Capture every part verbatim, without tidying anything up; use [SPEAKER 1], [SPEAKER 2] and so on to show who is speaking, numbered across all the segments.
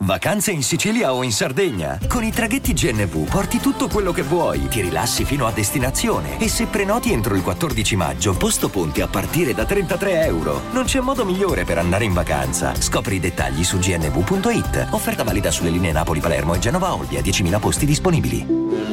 [SPEAKER 1] Vacanze in Sicilia o in Sardegna? Con i traghetti G N V porti tutto quello che vuoi, ti rilassi fino a destinazione e se prenoti entro il quattordici maggio, posto ponti a partire da trentatré euro. Non c'è modo migliore per andare in vacanza. Scopri i dettagli su g n v punto i t. Offerta valida sulle linee Napoli-Palermo e Genova-Olbia, diecimila posti disponibili.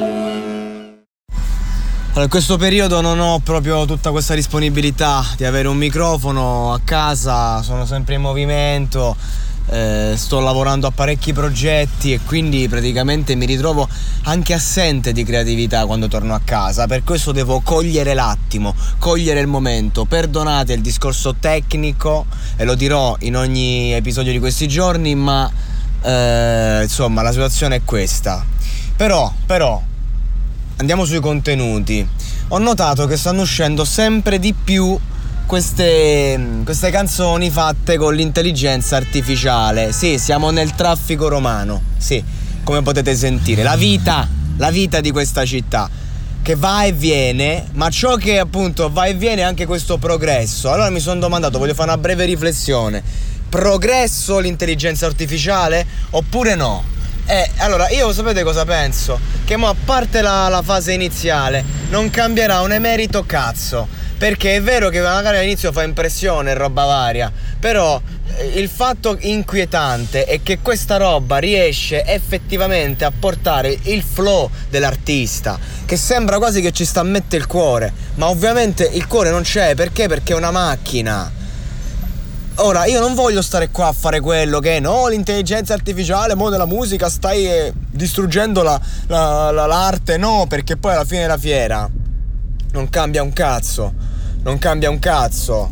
[SPEAKER 2] Allora, in questo periodo non ho proprio tutta questa disponibilità di avere un microfono a casa, sono sempre in movimento, eh, sto lavorando a parecchi progetti e quindi praticamente mi ritrovo anche assente di creatività quando torno a casa. Per questo devo cogliere l'attimo, cogliere il momento. Perdonate il discorso tecnico e lo dirò in ogni episodio di questi giorni, ma eh, insomma la situazione è questa. Però, però andiamo sui contenuti. Ho notato che stanno uscendo sempre di più queste, queste canzoni fatte con l'intelligenza artificiale. Sì, siamo nel traffico romano. Sì, come potete sentire. La vita, la vita di questa città che va e viene, ma ciò che appunto va e viene è anche questo progresso. Allora mi sono domandato, voglio fare una breve riflessione. Progresso l'intelligenza artificiale oppure no? Eh, allora io sapete cosa penso? Che mo a parte la, la fase iniziale non cambierà un emerito cazzo, perché è vero che magari all'inizio fa impressione roba varia, però eh, il fatto inquietante è che questa roba riesce effettivamente a portare il flow dell'artista, che sembra quasi che ci sta a mettere il cuore, ma ovviamente il cuore non c'è, perché? Perché è una macchina. Ora, io non voglio stare qua a fare quello che no, l'intelligenza artificiale, mo nella musica stai eh, distruggendo la, la, la, l'arte, no, perché poi alla fine della fiera non cambia un cazzo, non cambia un cazzo.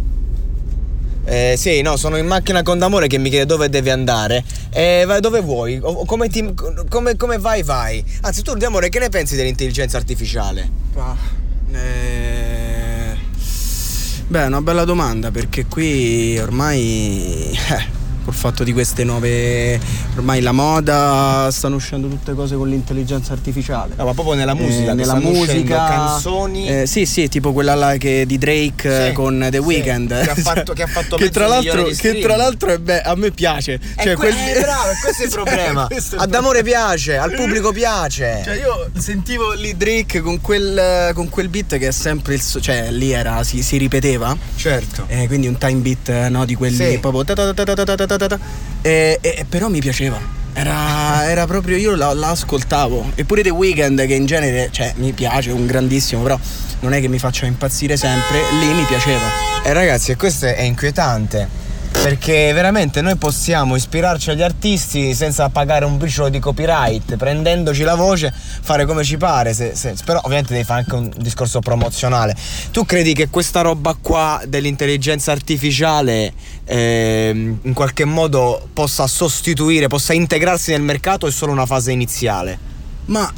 [SPEAKER 2] Eh, sì, no, sono in macchina con D'Amore che mi chiede dove devi andare. E eh, vai dove vuoi, o, come, ti, come, come vai, vai. Anzi, tu D'Amore, che ne pensi dell'intelligenza artificiale?
[SPEAKER 3] Ah, eh... Beh, è una bella domanda, perché qui ormai eh, col fatto di queste nuove, ormai la moda, stanno uscendo tutte cose con l'intelligenza artificiale.
[SPEAKER 2] No, ma proprio nella musica,
[SPEAKER 3] eh, nella musica,
[SPEAKER 2] canzoni.
[SPEAKER 3] Eh, sì, sì, tipo quella là che di Drake, sì, con The Weeknd,
[SPEAKER 2] sì, che ha fatto, che ha fatto
[SPEAKER 3] che tra l'altro, che tra l'altro è be- a me piace.
[SPEAKER 2] Cioè, que- quel... eh, bravo, questo è il problema. È Ad Amore piace, al pubblico piace.
[SPEAKER 3] Cioè io sentivo lì Drake con quel con quel beat che è sempre il so- cioè lì era si, si ripeteva.
[SPEAKER 2] Certo.
[SPEAKER 3] Eh, quindi un time beat, no, di quelli, sì, proprio ta ta ta ta ta ta ta ta. E, e però mi piaceva. Era, era proprio, io la, la ascoltavo. Eppure The Weeknd, che in genere, cioè, mi piace, è un grandissimo, però non è che mi faccia impazzire sempre. Lì mi piaceva.
[SPEAKER 2] E eh, ragazzi, e questo è inquietante, perché veramente noi possiamo ispirarci agli artisti senza pagare un briciolo di copyright, prendendoci la voce, fare come ci pare, se, se, però ovviamente devi fare anche un discorso promozionale. Tu credi che questa roba qua dell'intelligenza artificiale eh, in qualche modo possa sostituire, possa integrarsi nel mercato, o è solo una fase iniziale?
[SPEAKER 3] Ma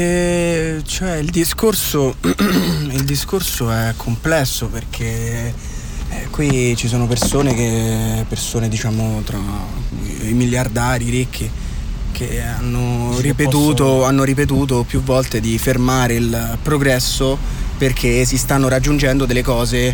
[SPEAKER 3] eh, cioè il discorso il discorso è complesso, perché Eh, qui ci sono persone che persone diciamo tra i miliardari ricchi che hanno sì, ripetuto posso... hanno ripetuto più volte di fermare il progresso, perché si stanno raggiungendo delle cose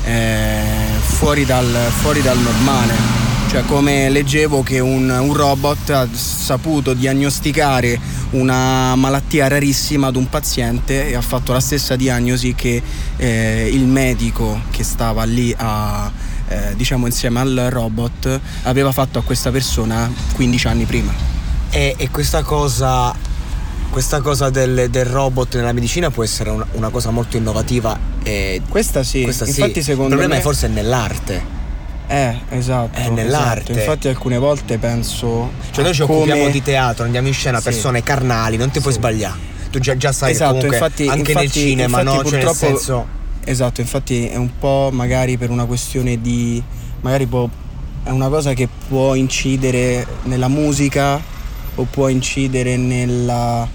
[SPEAKER 3] eh, fuori dal fuori dal normale. Cioè, come leggevo che un, un robot ha saputo diagnosticare una malattia rarissima ad un paziente e ha fatto la stessa diagnosi che eh, il medico che stava lì a, eh, diciamo insieme al robot aveva fatto a questa persona quindici anni prima.
[SPEAKER 2] E, e questa cosa questa cosa del, del robot nella medicina può essere una, una cosa molto innovativa. E
[SPEAKER 3] questa sì,
[SPEAKER 2] questa
[SPEAKER 3] infatti
[SPEAKER 2] sì.
[SPEAKER 3] secondo
[SPEAKER 2] il problema
[SPEAKER 3] me
[SPEAKER 2] è forse nell'arte.
[SPEAKER 3] Eh, esatto.
[SPEAKER 2] È nell'arte.
[SPEAKER 3] Esatto. Infatti alcune volte penso.
[SPEAKER 2] Cioè noi ci
[SPEAKER 3] come...
[SPEAKER 2] occupiamo di teatro, andiamo in scena, sì, persone carnali, non ti sì. puoi sbagliare. Tu già, già sai,
[SPEAKER 3] esatto,
[SPEAKER 2] che comunque
[SPEAKER 3] infatti,
[SPEAKER 2] anche
[SPEAKER 3] infatti,
[SPEAKER 2] nel cinema,
[SPEAKER 3] infatti,
[SPEAKER 2] no? Cioè nel senso.
[SPEAKER 3] Esatto, infatti è un po' magari per una questione di. Magari può. È una cosa che può incidere nella musica o può incidere nella.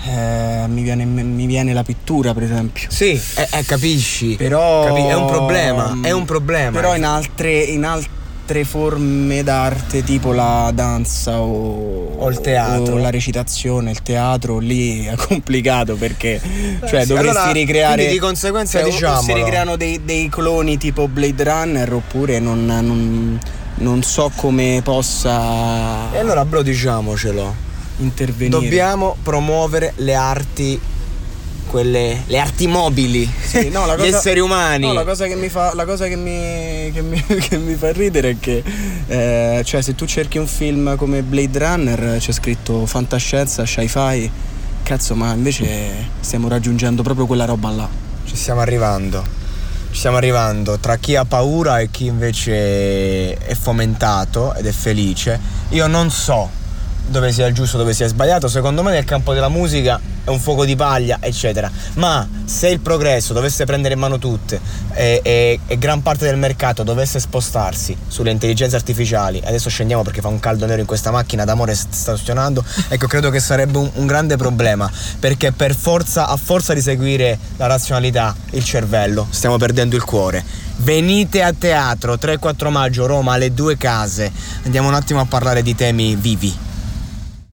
[SPEAKER 3] Eh, mi, viene, mi viene la pittura, per esempio.
[SPEAKER 2] Sì, eh, eh, capisci.
[SPEAKER 3] Però
[SPEAKER 2] Capi- è un problema, è un problema.
[SPEAKER 3] Però in altre, in altre forme d'arte, tipo la danza o,
[SPEAKER 2] o il teatro,
[SPEAKER 3] o la recitazione, il teatro, lì è complicato, perché cioè
[SPEAKER 2] sì,
[SPEAKER 3] dovresti
[SPEAKER 2] allora,
[SPEAKER 3] ricreare.
[SPEAKER 2] Di conseguenza,
[SPEAKER 3] cioè,
[SPEAKER 2] diciamo,
[SPEAKER 3] si ricreano dei, dei cloni tipo Blade Runner, oppure non, non non so come possa.
[SPEAKER 2] E allora, bro, diciamocelo,
[SPEAKER 3] intervenire.
[SPEAKER 2] Dobbiamo promuovere le arti, quelle, le arti mobili,
[SPEAKER 3] sì, no, la cosa,
[SPEAKER 2] gli esseri umani.
[SPEAKER 3] No, la cosa che mi fa, la cosa che mi, che mi, che mi fa ridere è che eh, cioè se tu cerchi un film come Blade Runner c'è scritto fantascienza, sci-fi, cazzo, ma invece stiamo raggiungendo proprio quella roba là.
[SPEAKER 2] Ci stiamo arrivando, ci stiamo arrivando tra chi ha paura e chi invece è fomentato ed è felice. Io non so dove sia il giusto, dove sia sbagliato. Secondo me nel campo della musica è un fuoco di paglia, eccetera. Ma se il progresso dovesse prendere in mano tutte e, e, e gran parte del mercato dovesse spostarsi sulle intelligenze artificiali, adesso scendiamo perché fa un caldo nero in questa macchina, d'amore sta ustionando, ecco, credo che sarebbe un, un grande problema, perché per forza, a forza di seguire la razionalità, il cervello, stiamo perdendo il cuore. Venite a teatro tre e quattro maggio, Roma, alle Due Case. Andiamo un attimo a parlare di temi vivi.